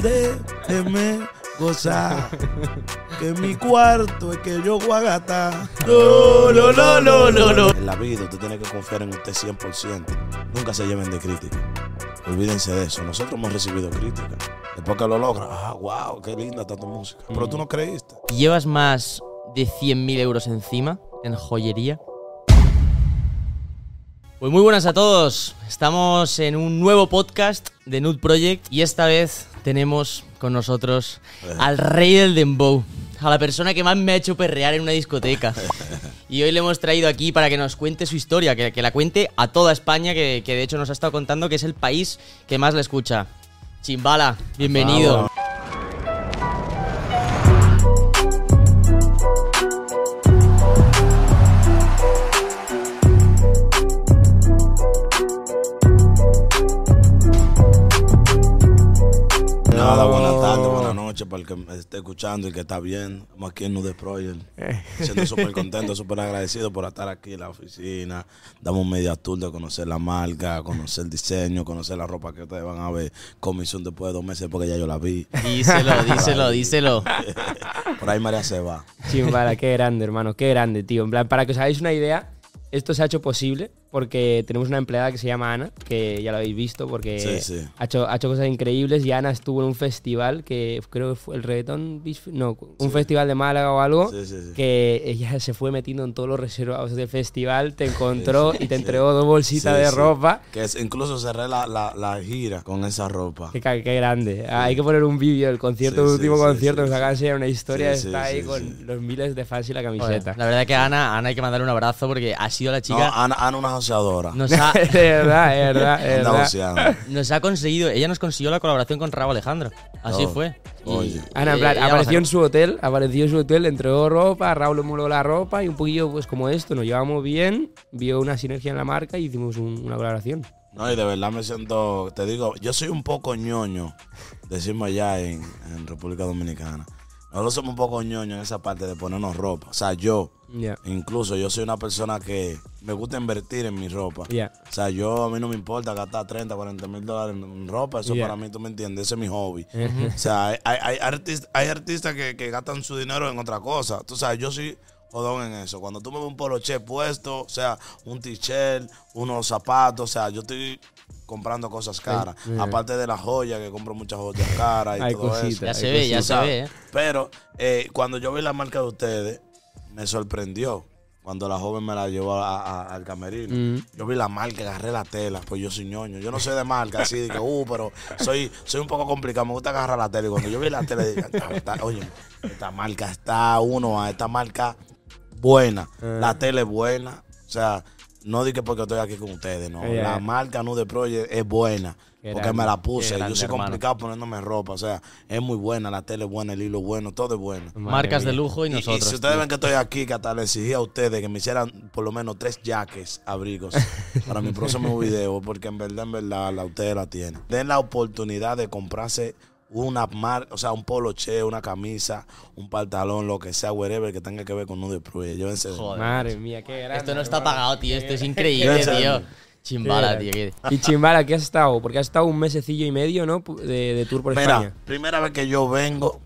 déjeme gozar, que mi cuarto es que yo voy a gastar. No, no, no, no, no, no. En la vida usted tiene que confiar en usted 100%. Nunca se lleven de crítica. Olvídense de eso. Nosotros hemos recibido críticas. Después que lo logran, wow, qué linda está tu música. Pero tú no creíste. ¿Llevas más de 100.000 euros encima en joyería? Pues muy buenas a todos. Estamos en un nuevo podcast de Nude Project y esta vez tenemos con nosotros al rey del dembow, a la persona que más me ha hecho perrear en una discoteca. Y hoy le hemos traído aquí para que nos cuente su historia, que la cuente a toda España, que de hecho nos ha estado contando que es el país que más le escucha. Chimbala, bienvenido. Vamos. Nada, buenas tardes, buenas noches para el que me esté escuchando y que está bien. Estamos aquí en Nude Project. Siendo súper contento, súper agradecido por estar aquí en la oficina. Damos un media tour de conocer la marca, conocer el diseño, conocer la ropa que ustedes van a ver. Comisión después de 2 meses porque ya yo la vi. Díselo. Por ahí María se va. Chimbala, qué grande, hermano, qué grande, tío. En plan, para que os hagáis una idea, esto se ha hecho posible porque tenemos una empleada que se llama Ana, que ya lo habéis visto porque Sí. Ha hecho cosas increíbles, y Ana estuvo en un festival que creo que fue el Reggaeton Beach, no, un festival de Málaga o algo, Sí. que ella se fue metiendo en todos los reservados del festival, te encontró y te entregó 2 bolsitas de ropa. Que incluso cerré la gira con esa ropa. Qué grande. Hay que poner un vídeo del concierto, el último concierto, nos acaba de enseñar una historia, está ahí con los miles de fans y la camiseta. Joder, la verdad que a Ana hay que mandarle un abrazo porque ha sido la chica... No, Ana una joseadora. Es verdad. Nos ha conseguido, ella nos consiguió la colaboración con Rauw Alejandro. Así fue. Oye. Ana, en plan, apareció en su hotel, le entregó ropa, Raúl le moló la ropa y un poquillo pues como esto, nos llevamos bien, vio una sinergia en la marca y hicimos una colaboración. No, y de verdad me siento, te digo, yo soy un poco ñoño, decimos allá en República Dominicana. Nosotros somos un poco ñoño en esa parte de ponernos ropa. O sea, incluso yo soy una persona que me gusta invertir en mi ropa. O sea, a mí no me importa gastar 30, 40 mil dólares en ropa. Eso para mí, tú me entiendes, ese es mi hobby. O sea, hay artistas que gastan su dinero en otra cosa. Tú sabes, yo soy jodón en eso. Cuando tú me ves un poloché puesto, o sea, un t-shirt, unos zapatos, o sea, yo estoy comprando cosas caras. Aparte de las joyas, que compro muchas joyas caras y hay todo cositas, eso. Ya se ve. Pero cuando yo vi la marca de ustedes, me sorprendió. Cuando la joven me la llevó al camerino. Yo vi la marca, agarré la tela, pues yo soy ñoño. Yo no soy de marca, así de que, pero soy un poco complicado. Me gusta agarrar la tela. Y cuando yo vi la tela, dije, oye, esta marca esta marca buena. La tela es buena. O sea, no digo porque estoy aquí con ustedes, no. La marca Nude Project es buena. Porque me la puse. Yo soy complicado poniéndome ropa. O sea, es muy buena. La tela es buena, el hilo es bueno, todo es bueno. Marcas de lujo y nosotros. Y si ustedes ven que estoy aquí, que hasta les exigí a ustedes que me hicieran por lo menos 3 jackets, abrigos, para mi próximo video. Porque en verdad, ustedes la tienen. Den la oportunidad de comprarse una marca, o sea, un poloché, una camisa, un pantalón, lo que sea, whatever, que tenga que ver con Nude Project. Llévense. Joder. Madre mía, qué grande. Esto no está pagado, tío. Esto es increíble, tío. Chimbala, tío. Y Chimbala, ¿qué has estado? Porque has estado un mesecillo y medio, ¿no? De tour por España. Primera vez que yo vengo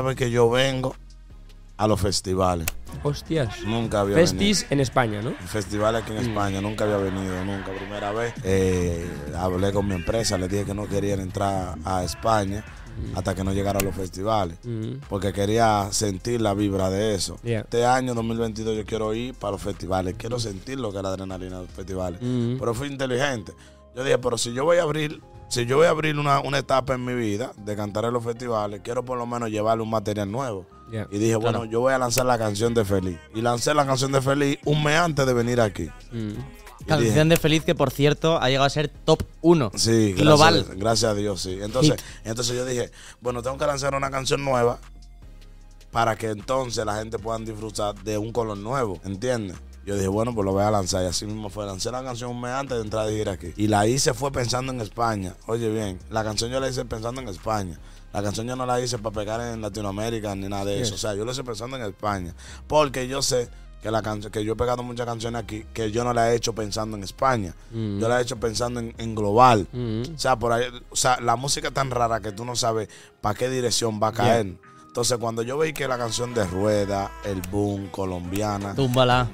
a los festivales. Hostias. Nunca había Festis venido. en España, ¿no? Festivales aquí en España, nunca había venido, nunca. Primera vez. Hablé con mi empresa, les dije que no querían entrar a España hasta que no llegara a los festivales. Porque quería sentir la vibra de eso. Este año, 2022, yo quiero ir para los festivales. Quiero sentir lo que es la adrenalina de los festivales. Pero fui inteligente. Yo dije, pero si yo voy a abrir una etapa en mi vida de cantar en los festivales, quiero por lo menos llevarle un material nuevo. Y dije, bueno, yo voy a lanzar la canción de Feliz. Y lancé la canción de Feliz un mes antes de venir aquí. Canción de Feliz que, por cierto, ha llegado a ser top 1 global. Gracias a Dios, sí. Entonces yo dije, bueno, tengo que lanzar una canción nueva para que entonces la gente pueda disfrutar de un color nuevo, ¿entiendes? Yo dije, bueno, pues lo voy a lanzar. Y así mismo fue. Lancé la canción un mes antes de entrar de gira aquí. Y la hice fue pensando en España. Oye bien, la canción yo la hice pensando en España. La canción yo no la hice para pegar en Latinoamérica ni nada de eso. O sea, yo lo hice pensando en España. Porque yo sé que yo he pegado muchas canciones aquí que yo no las he hecho pensando en España. Yo las he hecho pensando en global. O sea, por ahí, o sea, la música es tan rara que tú no sabes para qué dirección va a caer. Entonces, cuando yo veí que la canción de Rueda, El Boom, Colombiana, Túmbala,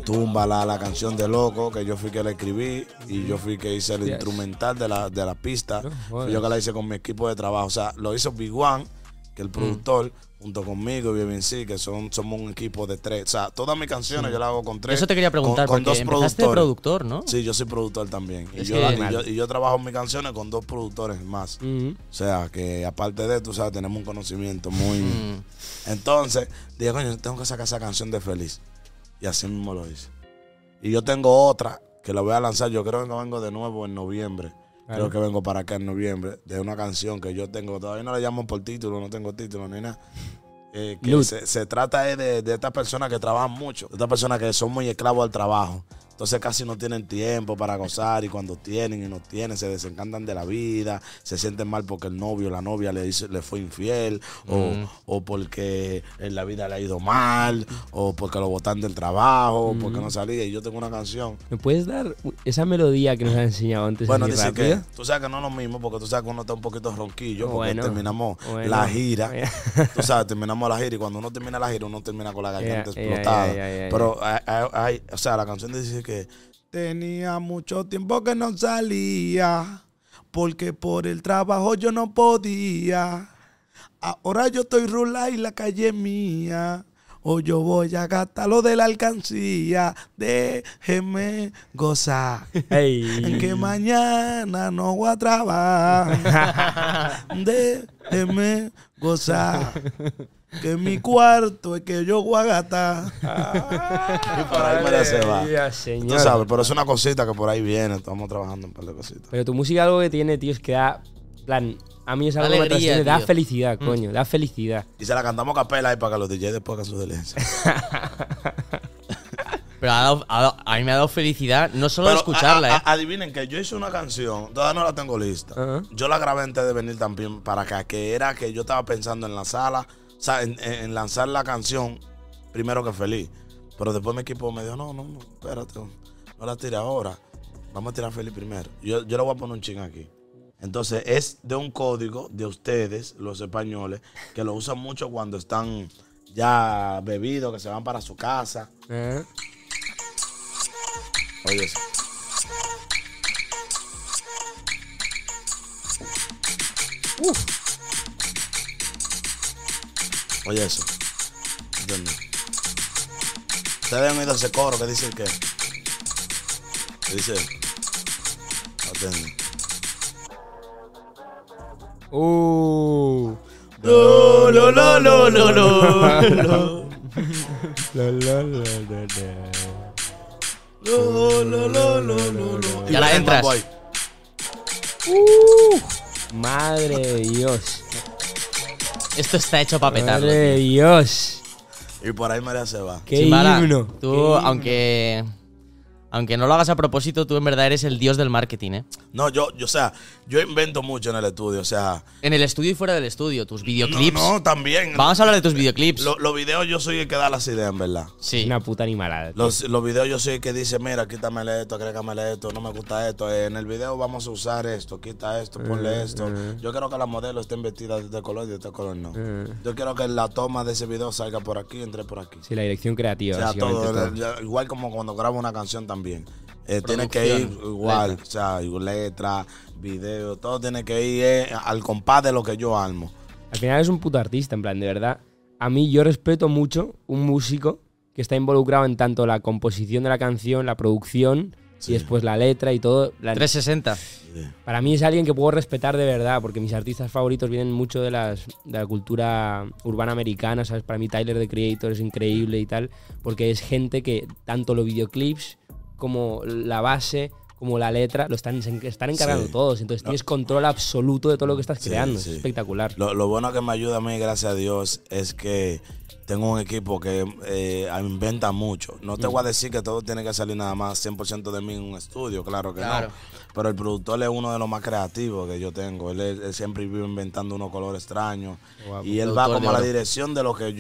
la canción de Loco, que yo fui que la escribí y yo fui que hice el instrumental de la pista, yo que la hice con mi equipo de trabajo. O sea, lo hizo Big One, que es el productor, junto conmigo y BBNC, que somos un equipo de 3. O sea, todas mis canciones yo las hago con 3. Eso te quería preguntar, con porque empezaste de productor, ¿no? Sí, yo soy productor también. Y yo trabajo mis canciones con 2 productores más. O sea, que aparte de, tú sabes, tenemos un conocimiento muy... Entonces, dije, coño, tengo que sacar esa canción de Feliz. Y así mismo lo hice. Y yo tengo otra que la voy a lanzar. Yo creo que vengo de nuevo en noviembre. Creo que vengo para acá en noviembre de una canción que yo tengo. Todavía no la llamo por título, no tengo título ni nada. Que se trata de estas personas que trabajan mucho, de estas personas que son muy esclavos al trabajo. Entonces casi no tienen tiempo para gozar y cuando tienen y no tienen se desencantan de la vida, se sienten mal porque el novio o la novia le fue infiel o porque en la vida le ha ido mal o porque lo botan del trabajo o porque no salía. Y yo tengo una canción. ¿Me puedes dar esa melodía que nos has enseñado antes? Bueno, dice que tú sabes que no es lo mismo porque tú sabes que uno está un poquito ronquillo porque terminamos la gira. Tú sabes, terminamos la gira y cuando uno termina la gira uno termina con la garganta explotada. Pero o sea, la canción dice que tenía mucho tiempo que no salía porque por el trabajo yo no podía. Ahora yo estoy rula y la calle es mía. O yo voy a gastar lo de la alcancía. Déjeme gozar. En que mañana no voy a trabajar. Déjeme gozar. Que en mi cuarto es que yo voy a gastar. Y por ahí me la se va. Tú sabes, pero es una cosita que por ahí viene. Estamos trabajando un par de cositas. Pero tu música algo que tiene, tío, es que da... plan, a mí es algo que me da felicidad, coño. Da felicidad. Y se la cantamos a capela ahí para que los DJs después hagan su diligencia. Pero a mí me ha dado felicidad no solo de escucharla. Adivinen que yo hice una canción, todavía no la tengo lista. Yo la grabé antes de venir también para acá, que era que yo estaba pensando en la sala, o sea, en lanzar la canción primero que Feliz. Pero después mi equipo me dijo, no, espérate, no la tires ahora. Vamos a tirar Feliz primero. Yo le voy a poner un ching aquí. Entonces es de un código de ustedes, los españoles, que lo usan mucho cuando están ya bebidos, que se van para su casa. Oye eso. Oye eso. ¿Entiendes? Ustedes han oído ese coro que dice que dice ¿entiendes? Y ahora entras. Madre de Dios. Esto está hecho para petarlo. Madre de Dios. Y por ahí María se va. ¡Qué himno! Tú, aunque no lo hagas a propósito, tú en verdad eres el dios del marketing, ¿eh? No, yo invento mucho en el estudio, o sea... En el estudio y fuera del estudio, tus videoclips. No, también. Vamos a hablar de tus videoclips. Los videos yo soy el que da las ideas, en verdad. Sí. Una puta animalada. Los videos yo soy el que dice, mira, quítamele esto, agrégamele esto, no me gusta esto. En el video vamos a usar esto, quita esto, ponle esto. Yo quiero que la modelo esté vestida de este color y de este color no. Yo quiero que la toma de ese video salga por aquí y entre por aquí. Sí, la dirección creativa. O sea, todo. Igual como cuando grabo una canción también. Tiene que ir igual, letra. O sea, letra, video, todo tiene que ir al compás de lo que yo armo. Al final es un puto artista, en plan, de verdad. A mí yo respeto mucho un músico que está involucrado en tanto la composición de la canción, la producción y después la letra y todo. 360. Sí. Para mí es alguien que puedo respetar de verdad, porque mis artistas favoritos vienen mucho de la cultura urbana americana, ¿sabes? Para mí Tyler, the Creator, es increíble y tal, porque es gente que tanto los videoclips como la base, como la letra, están encargando todos. Entonces tienes control absoluto de todo lo que estás creando. Es espectacular. Lo bueno que me ayuda a mí, gracias a Dios, es que tengo un equipo que inventa mucho. No te voy a decir que todo tiene que salir nada más 100% de mí en un estudio, claro que no. Pero el productor es uno de los más creativos que yo tengo. Él siempre vive inventando unos colores extraños. Y él va como a la dirección de lo que yo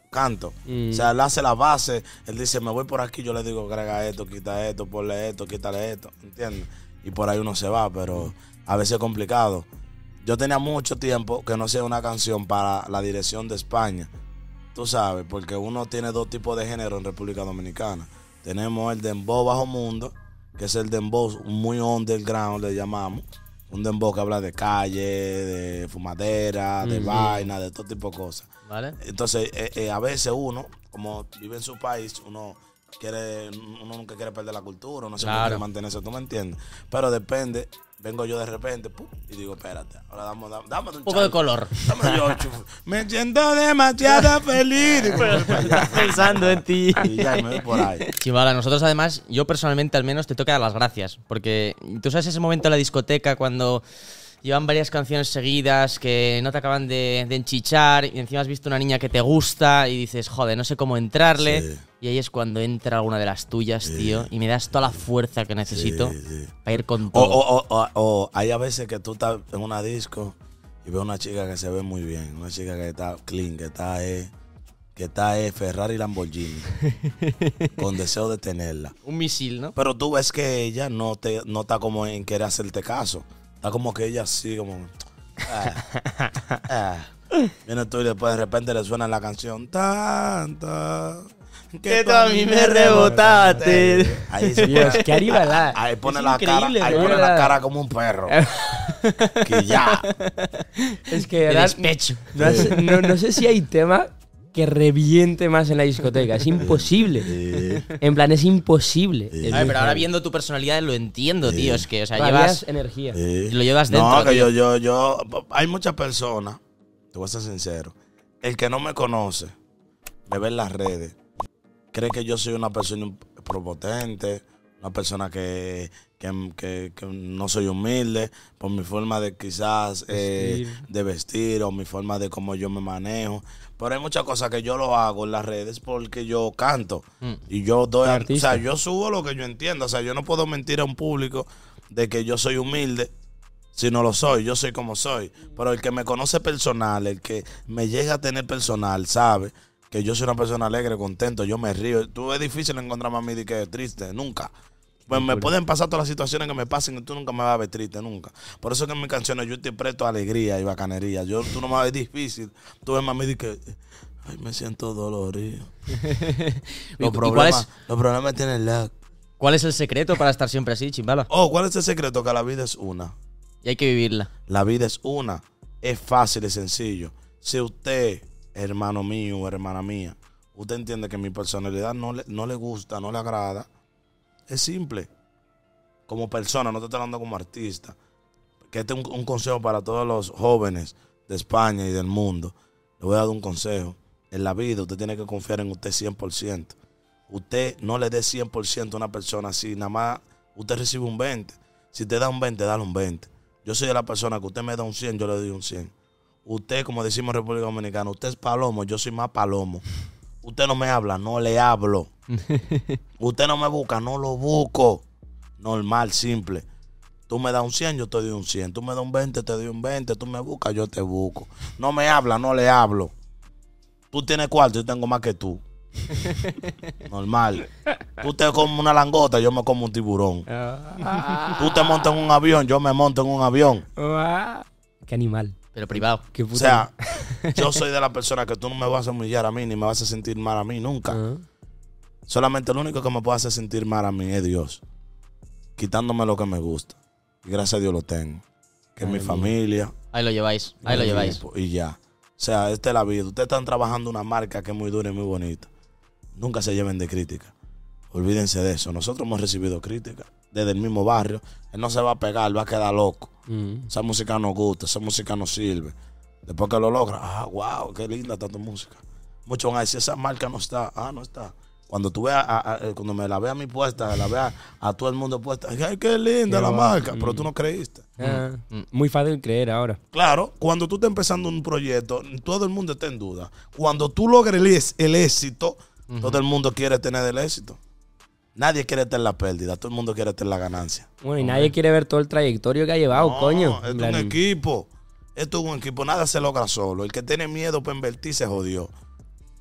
canto. O sea, él hace la base, él dice, me voy por aquí, yo le digo, agrega esto, quita esto, ponle esto, quítale esto, ¿entiendes? Y por ahí uno se va, pero a veces es complicado. Yo tenía mucho tiempo que no hacía una canción para la dirección de España, tú sabes, porque uno tiene dos tipos de género en República Dominicana. Tenemos el dembow bajo mundo, que es el dembow muy underground, le llamamos. Un dembow que habla de calle, de fumadera, de vaina, de todo tipo de cosas. ¿Vale? Entonces, a veces uno, como vive en su país, uno nunca quiere perder la cultura, uno siempre quiere mantenerse, ¿tú me entiendes? Pero depende, vengo yo de repente, y digo, espérate, ahora dame un poco de color. Dame yo, me siento demasiado feliz. Pensando en ti. Y ya, me voy por ahí. Chimbala, nosotros además, yo personalmente al menos te tengo que dar las gracias, porque tú sabes ese momento en la discoteca cuando llevan varias canciones seguidas que no te acaban de enchichar y encima has visto una niña que te gusta y dices, joder, no sé cómo entrarle. Sí. Y ahí es cuando entra alguna de las tuyas, tío, y me das toda la fuerza que necesito para ir con todo. O hay a veces que tú estás en una disco y ves una chica que se ve muy bien, una chica que está clean, que está Ferrari Lamborghini, con deseo de tenerla. Un misil, ¿no? Pero tú ves que ella no está como en querer hacerte caso. Está como que ella así, como... Viene tú y después de repente le suena la canción. Tanta... Que tú a mí me rebotaste. Ahí se Dios, qué animalada. Ahí pone la cara, ahí pone la cara como un perro. Que ya. Es que de despecho. No sé si hay tema que reviente más en la discoteca. Es imposible. En plan, es imposible. A ver, pero ahora viendo tu personalidad lo entiendo, tío. Es que, o sea, llevas energía. Lo llevas dentro. No, que yo hay muchas personas, te voy a ser sincero. El que no me conoce, me ve en las redes, cree que yo soy una persona prepotente, una persona que no soy humilde por mi forma de quizás de vestir o mi forma de cómo yo me manejo. Pero hay muchas cosas que yo lo hago en las redes porque yo canto y yo doy, o sea, yo subo lo que yo entiendo. O sea, yo no puedo mentir a un público de que yo soy humilde si no lo soy. Yo soy como soy. Pero el que me conoce personal, el que me llega a tener personal, sabe que yo soy una persona alegre, contento, yo me río. Tú es difícil encontrarme a mí de que triste, nunca. Pues me pueden pasar todas las situaciones que me pasen y tú nunca me vas a ver triste, nunca. Por eso que en mis canciones yo te presto alegría y bacanería. Tú no me vas a ver difícil. Tú ves mami de que, ay, me siento dolorido. Los problemas tienen lag. ¿Cuál es el secreto para estar siempre así, Chimbala? ¿Cuál es el secreto? Que la vida es una. Y hay que vivirla. La vida es una. Es fácil y sencillo. Si usted, hermano mío o hermana mía, usted entiende que mi personalidad no le gusta, no le agrada, es simple. Como persona, no te estoy hablando como artista. Que este es un consejo para todos los jóvenes de España y del mundo. Le voy a dar un consejo. En la vida usted tiene que confiar en usted 100%. Usted no le dé 100% a una persona así. Nada más usted recibe un 20. Si te da un 20, dale un 20. Yo soy de la persona que usted me da un 100, yo le doy un 100. Usted, como decimos en República Dominicana, usted es palomo, yo soy más palomo. Usted no me habla, no le hablo. Usted no me busca, no lo busco. Normal, simple. Tú me das un 100, yo te doy un 100. Tú me das un 20, te doy un 20. Tú me buscas, yo te busco. No me habla, no le hablo. Tú tienes cuarto, yo tengo más que tú. Normal. Tú te comes una langota, yo me como un tiburón. Tú te montas en un avión, yo me monto en un avión. Qué animal. Pero privado. O sea, yo soy de la persona que tú no me vas a humillar a mí, ni me vas a sentir mal a mí, nunca. Solamente lo único que me puede hacer sentir mal a mí es Dios, quitándome lo que me gusta. Y gracias a Dios lo tengo. Que es mi familia. Ahí lo lleváis, ahí lo lleváis. Y ya. O sea, esta es la vida. Ustedes están trabajando una marca que es muy dura y muy bonita. Nunca se lleven de crítica. Olvídense de eso. Nosotros hemos recibido crítica desde el mismo barrio. Él no se va a pegar, va a quedar loco. Esa música nos gusta, esa música nos sirve. Después que lo logra, wow, qué linda está tu música. Muchos van a decir, esa marca no está. No está. Cuando tú veas, cuando me la veas a mí puesta, la veas a todo el mundo puesta, ay, qué linda la marca, pero tú no creíste. Muy fácil creer ahora. Claro, cuando tú estás empezando un proyecto, todo el mundo está en duda. Cuando tú logres el éxito, todo el mundo quiere tener el éxito. Nadie quiere tener la pérdida, todo el mundo quiere tener la ganancia. Bueno, y nadie quiere ver todo el trayectorio que ha llevado, coño. Esto es un equipo. Esto es un equipo, nada se logra solo. El que tiene miedo para invertir se jodió.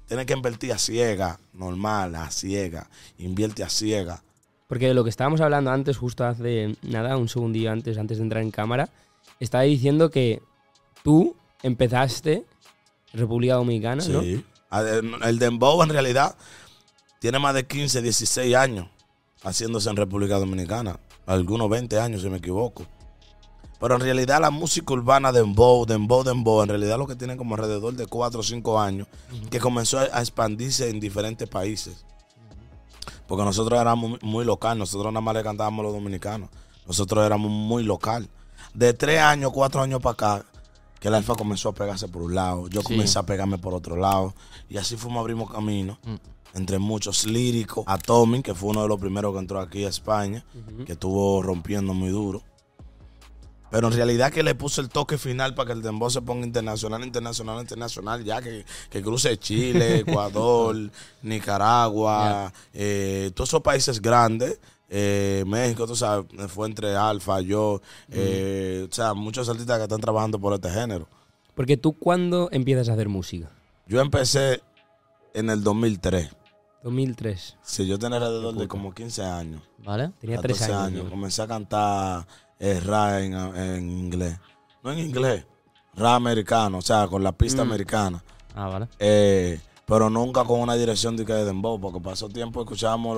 tienes que invertir a ciega, normal, a ciega. Invierte a ciega. Porque de lo que estábamos hablando antes, justo hace nada, un segundillo antes de entrar en cámara, estaba diciendo que tú empezaste en República Dominicana, ¿no? Sí. El dembow en realidad tiene más de 15, 16 años haciéndose en República Dominicana. Algunos 20 años, si me equivoco. Pero en realidad la música urbana dembow, en realidad lo que tiene como alrededor de 4 o 5 años, que comenzó a expandirse en diferentes países. Porque nosotros éramos muy local, nosotros nada más le cantábamos a los dominicanos. Nosotros éramos muy local. De 3 años, 4 años para acá, que el Alfa comenzó a pegarse por un lado, yo comencé a pegarme por otro lado, y así fuimos, abrimos camino, entre muchos líricos. Atomic, que fue uno de los primeros que entró aquí a España, que estuvo rompiendo muy duro. Pero en realidad que le puso el toque final para que el dembow se ponga internacional, ya que cruce Chile, Ecuador, Nicaragua, todos esos países grandes, México, tú sabes, fue entre Alfa, yo, o sea, muchos artistas que están trabajando por este género. Porque tú, ¿cuándo empiezas a hacer música? Yo empecé en el 2003. 2003. Sí, yo tenía alrededor de como 15 años. ¿Vale? Tenía 3 años. Comencé a cantar rap en inglés. No en inglés, rap americano, o sea, con la pista americana. Ah, vale. Pero nunca con una dirección de dembow, porque pasó tiempo escuchábamos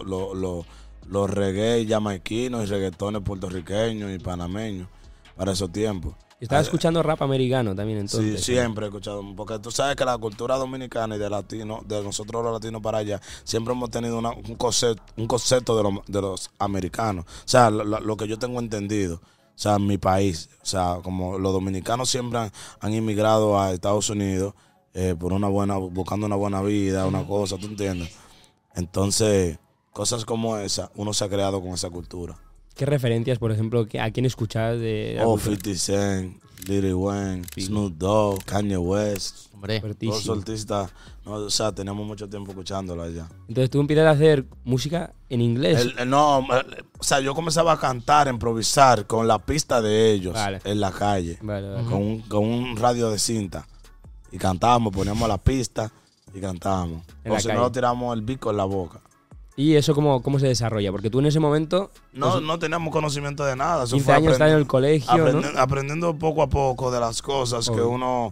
los reggae jamaiquinos y reggaetones puertorriqueños y panameños para esos tiempos. Estaba escuchando rap americano también entonces. Sí, siempre he escuchado, porque tú sabes que la cultura dominicana y de nosotros los latinos para allá, siempre hemos tenido un concepto de los americanos. O sea, lo que yo tengo entendido, o sea, en mi país, o sea, como los dominicanos siempre han inmigrado a Estados Unidos buscando una buena vida, una cosa, ¿tú entiendes? Entonces, cosas como esa, uno se ha creado con esa cultura. ¿Qué referencias, por ejemplo, a quién escuchabas de 50 Cent, Lil Wayne, Snoop Dogg, Kanye West. Hombre, todos los artistas, o sea, teníamos mucho tiempo escuchándolo allá. Entonces tú empiezas a hacer música en inglés. O sea, yo comenzaba a cantar, a improvisar con la pista de ellos en la calle, con un radio de cinta. Y cantábamos, poníamos la pista y cantábamos. O si no, tirábamos el beat con la boca. ¿Y eso cómo se desarrolla? Porque tú en ese momento... No teníamos conocimiento de nada. 15 años estás en el colegio, aprendiendo poco a poco de las cosas que uno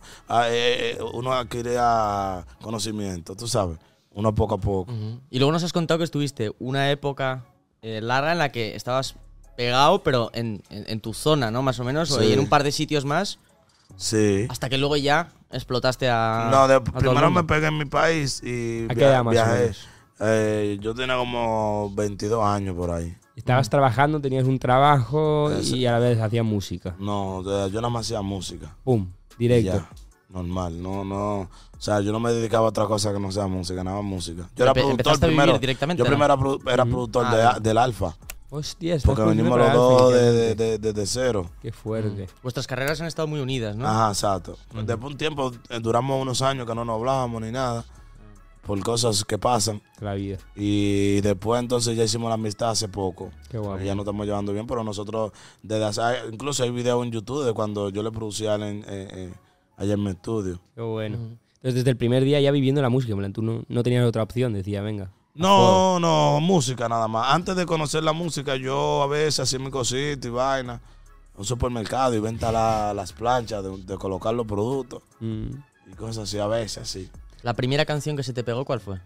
adquiría conocimiento, tú sabes. Uno poco a poco. Y luego nos has contado que estuviste una época larga en la que estabas pegado, pero en tu zona, ¿no? Más o menos, y en un par de sitios más. Sí. Hasta que luego ya explotaste a... No, primero me pegué en mi país y ¿A qué edad más viajé. o menos? Yo tenía como 22 años por ahí. ¿Estabas trabajando, tenías un trabajo y a la vez hacías música? No, yo nada más hacía música. Pum, directo. Ya, normal, no. O sea, yo no me dedicaba a otra cosa que no sea música, nada más música. Yo era productor primero. Directamente, yo primero era productor del Alfa. Hostia, porque venimos los dos desde cero. Qué fuerte. Vuestras carreras han estado muy unidas, ¿no? Ajá, exacto. Después de un tiempo, duramos unos años que no nos hablábamos ni nada. Por cosas que pasan. La vida. Y después entonces ya hicimos la amistad hace poco. Qué guapo. Ya nos estamos llevando bien, pero nosotros, incluso hay videos en YouTube de cuando yo le producía allá en mi estudio. Qué bueno. Entonces desde el primer día ya viviendo la música, tú no tenías otra opción, decía, venga. No, música nada más. Antes de conocer la música, yo a veces hacía mi cosita y vaina. Un supermercado y venta las planchas de colocar los productos. Y cosas así, a veces así. ¿La primera canción que se te pegó cuál fue?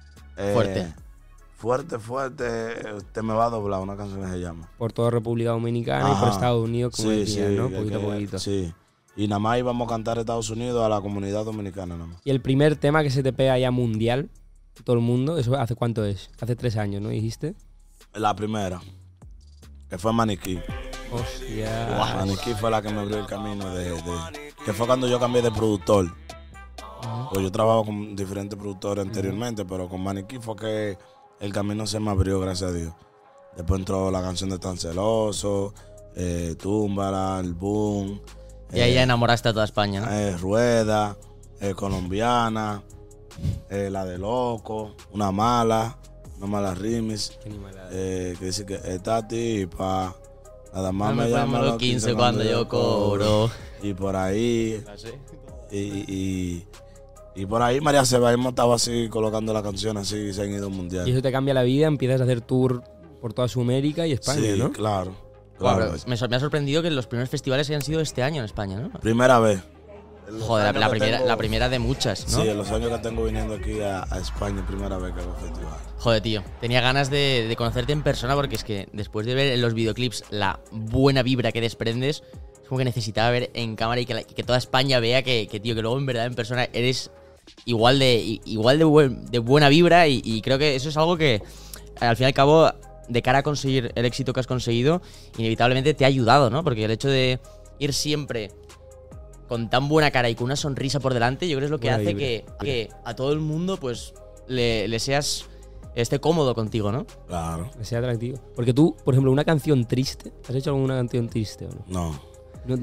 Fuerte. Te me va a doblar, una canción que se llama. Por toda República Dominicana y por Estados Unidos, como decías, ¿no? Poquito a poquito. Sí. Y nada más íbamos a cantar a Estados Unidos, a la comunidad dominicana nada más. ¿Y el primer tema que se te pega ya mundial, todo el mundo, eso hace cuánto es? Hace 3 años, ¿no? ¿Dijiste? La primera, que fue Maniquí. Hostia. Maniquí fue la que me abrió el camino que fue cuando yo cambié de productor. Pues yo trabajo con diferentes productores anteriormente, pero con Maniquí fue que el camino se me abrió, gracias a Dios. Después entró la canción de Tan Celoso, Túmbala, El Boom. Y ahí ya enamoraste a toda España, ¿no? Rueda, Colombiana, la de Loco, Una Mala Remix. Que dice que esta tipa, nada más no me llama los 15 cuando yo cobro. Y por ahí. Y por ahí María Seba hemos estado así colocando la canción así, se han ido mundial. Y eso te cambia la vida, empiezas a hacer tour por toda Sudamérica y España, sí, ¿no? claro. Guau, claro. pero me ha sorprendido que los primeros festivales hayan sido este año en España, ¿no? Primera vez. Joder, la primera de muchas, ¿no? Sí, en los años que tengo viniendo aquí a España, primera vez que hago festival. Joder, tío, tenía ganas de conocerte en persona porque es que después de ver en los videoclips la buena vibra que desprendes, es como que necesitaba ver en cámara y que toda España vea que, tío, que luego en verdad en persona eres igual de buena vibra y creo que eso es algo que al fin y al cabo, de cara a conseguir el éxito que has conseguido, inevitablemente te ha ayudado, ¿no? Porque el hecho de ir siempre con tan buena cara y con una sonrisa por delante, yo creo que es lo que Buena hace vibra. que a todo el mundo pues le seas esté cómodo contigo, ¿no? Claro. Que sea atractivo. Porque tú, por ejemplo, una canción triste, ¿has hecho alguna canción triste o no? No.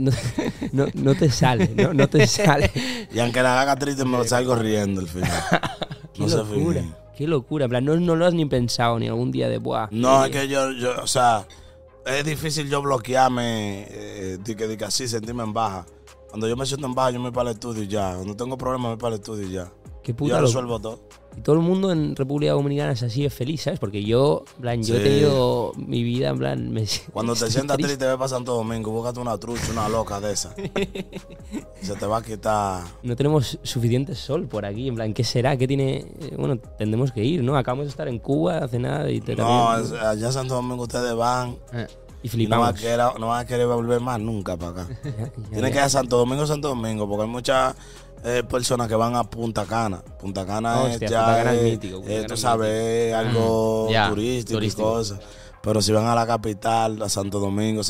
No te sale, ¿no? No te sale. Y aunque la haga triste, me salgo riendo al final. Qué No se locura. fijen. Qué locura. En plan, no lo has ni pensado ni algún día de buah. No, es que yo, o sea, es difícil yo bloquearme, de que así, sentirme en baja. Cuando yo me siento en baja, yo me voy para el estudio y ya. Cuando tengo problemas, me voy para el estudio y ya. Qué puta Yo locura. resuelvo todo. Y todo el mundo en República Dominicana es así, es feliz, ¿sabes? Porque yo, en plan, yo he Sí. tenido mi vida, en plan, Cuando te estoy sientas triste, ve para Santo Domingo, búscate una trucha, una loca de esa. Y se te va a quitar. No tenemos suficiente sol por aquí, en plan, ¿qué será? ¿Qué tiene? Bueno, tendremos que ir, ¿no? Acabamos de estar en Cuba hace nada y te No, también, allá en Santo Domingo ustedes van y y no van, flipamos. no van a querer volver más nunca para acá. Ya, Tienen que ir a Santo Domingo, porque hay muchas personas que van a Punta Cana. Punta Cana Hostia, es ya, Punta Cana es mítico, Punta Cana tú es sabes, es algo Ya, turístico y turístico. cosas. Pero si van a la capital, a Santo Domingo,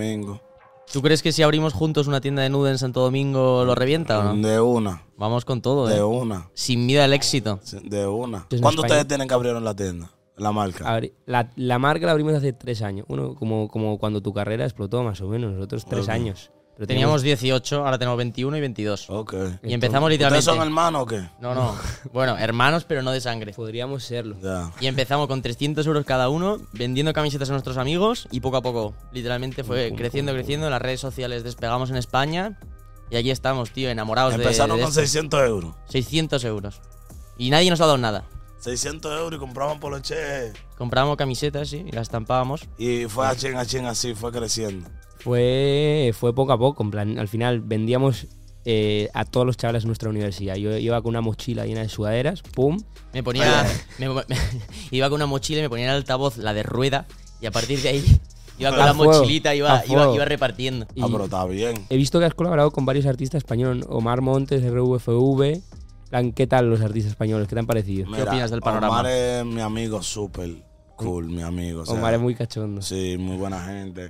¿Tú crees que si abrimos juntos una tienda de nude en Santo Domingo lo revienta o no? de una, Vamos con todo, de ¿eh? una, Sin miedo al éxito. de una. en ¿Cuándo España. ustedes tienen que abrir en la tienda? La marca. A ver, la marca la abrimos hace 3 años. Uno, como cuando tu carrera explotó, más o menos. Nosotros 3 Ok. años. Pero Teníamos 18, ahora tenemos 21 y 22. Ok. Y empezamos ¿Ustedes literalmente... son hermanos o qué? No. Bueno, hermanos, pero no de sangre. Podríamos serlo. Ya. Y empezamos con 300 euros cada uno, vendiendo camisetas a nuestros amigos y poco a poco, literalmente fue creciendo. En las redes sociales despegamos en España y aquí estamos, tío, enamorados Empezaron de con esto. 600 euros. 600 euros. Y nadie nos ha dado nada. 600 euros y compraban poloche. Comprábamos camisetas, sí, y las estampábamos. Y fue a chin así, fue creciendo. Fue poco a poco. En plan, al final vendíamos a todos los chavales de nuestra universidad. Yo iba con una mochila llena de sudaderas, pum. Me ponía... iba con una mochila y me ponía en el altavoz la de rueda y a partir de ahí iba con A la fuego, mochilita, a iba fuego. repartiendo. Y Pero está bien. he visto que has colaborado con varios artistas españoles. Omar Montes, RVFV. En plan, ¿qué tal los artistas españoles? ¿Qué te han parecido? Mira, opinas del panorama? Omar es mi amigo súper cool, mi amigo. o sea, Omar es muy cachondo. Sí, muy buena gente.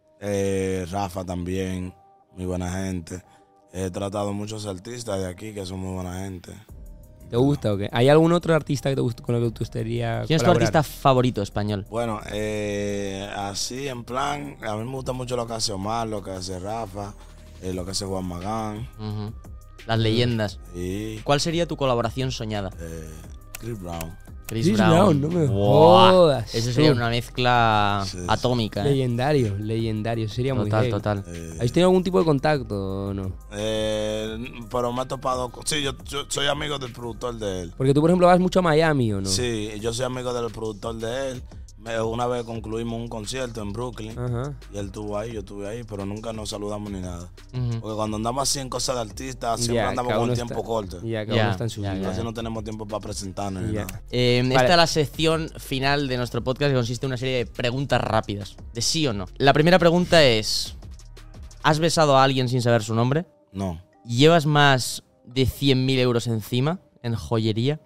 Rafa también, muy buena gente. He tratado muchos artistas de aquí que son muy buena gente. ¿Te gusta o qué? ¿Hay algún otro artista que te gusta, con el que te gustaría ¿Quién es tu colaborar? artista favorito español? Bueno, así en plan, a mí me gusta mucho lo que hace Omar, lo que hace Rafa, lo que hace Juan Magán Ujú. Las leyendas. y ¿Cuál sería tu colaboración soñada? Chris Brown. Chris Brown, no me Buah, jodas. Eso sería Tú. una mezcla Sí. atómica, ¿eh? Legendario. Sería muy Total, heavy. total. ¿Habéis tenido algún tipo de contacto o no? Pero me he topado con... Sí, yo soy amigo del productor de él. Porque tú, por ejemplo, vas mucho a Miami o no. Sí, yo soy amigo del productor de él. Una vez concluimos un concierto en Brooklyn Ajá. y él estuvo ahí, yo estuve ahí, pero nunca nos saludamos ni nada. Ujú. Porque cuando andamos así en cosas de artistas, siempre Ya, andamos cada con uno el tiempo está- corto. Ya, cada Ya, uno está en su ya, vida. Entonces no tenemos tiempo para presentarnos ni Ya. nada. Vale. Esta es la sección final de nuestro podcast que consiste en una serie de preguntas rápidas, de sí o no. La primera pregunta es: ¿has besado a alguien sin saber su nombre? No. ¿Llevas más de 100.000 euros encima en joyería?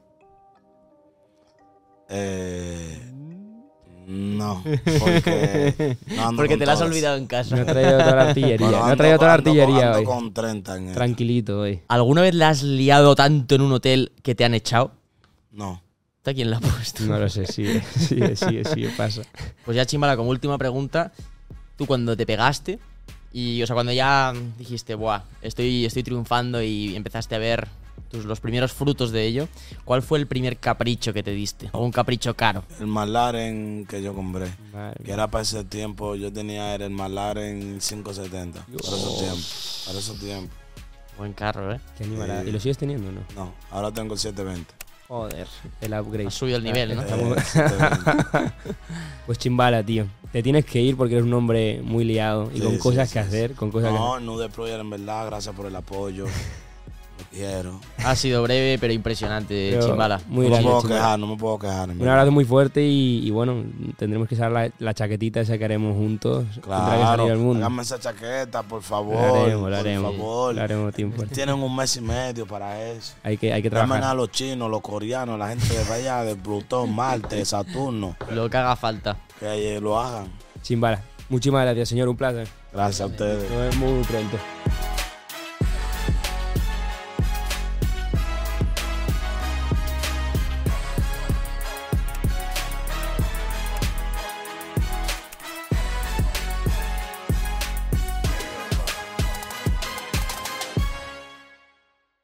No, porque no ando Porque con te la has todas. olvidado en casa. No he traído toda la artillería. Bueno, No he traído toda la artillería ando hoy. con 30 en él. Tranquilito hoy. ¿Alguna vez la has liado tanto en un hotel que te han echado? No. ¿Está quién la ha puesto? No lo sé, sigue, pasa. Pues ya, Chimbala, como última pregunta, tú cuando te pegaste y, o sea, cuando ya dijiste, buah, estoy triunfando y empezaste a ver los primeros frutos de ello, ¿cuál fue el primer capricho que te diste? ¿O un capricho caro? El McLaren que yo compré, Vale. que era para ese tiempo, yo tenía era el McLaren 570. Para esos tiempos. Para esos tiempos. Buen carro, ¿eh? Qué animalada. ¿Y lo sigues teniendo o no? No, ahora tengo el 720. Joder, el upgrade. Ha subido el nivel, ¿no? El 720. Pues chimbala, tío. Te tienes que ir porque eres un hombre muy liado y Sí, con cosas sí, que sí, hacer. sí. Con cosas No, Nude Project, en verdad, gracias por el apoyo. Lo quiero. Ha sido breve, pero impresionante, Pero Chimbala. Muy No me grande, puedo Chimbala. quejar, no me puedo quejar. en Un verdad. abrazo muy fuerte y bueno, tendremos que usar la chaquetita esa que haremos juntos. Tendrá que Claro, salir al mundo. háganme esa chaqueta, por favor. Lo haremos. Por favor. Lo haremos tiempo. Tienen un mes y medio para eso. Hay que Llamen trabajar. a los chinos, los coreanos, la gente de allá, de Plutón, Marte, Saturno, Lo que haga falta. que lo hagan. Chimbala. Muchísimas gracias, señor. Un placer. Gracias a ustedes. Nos vemos muy pronto.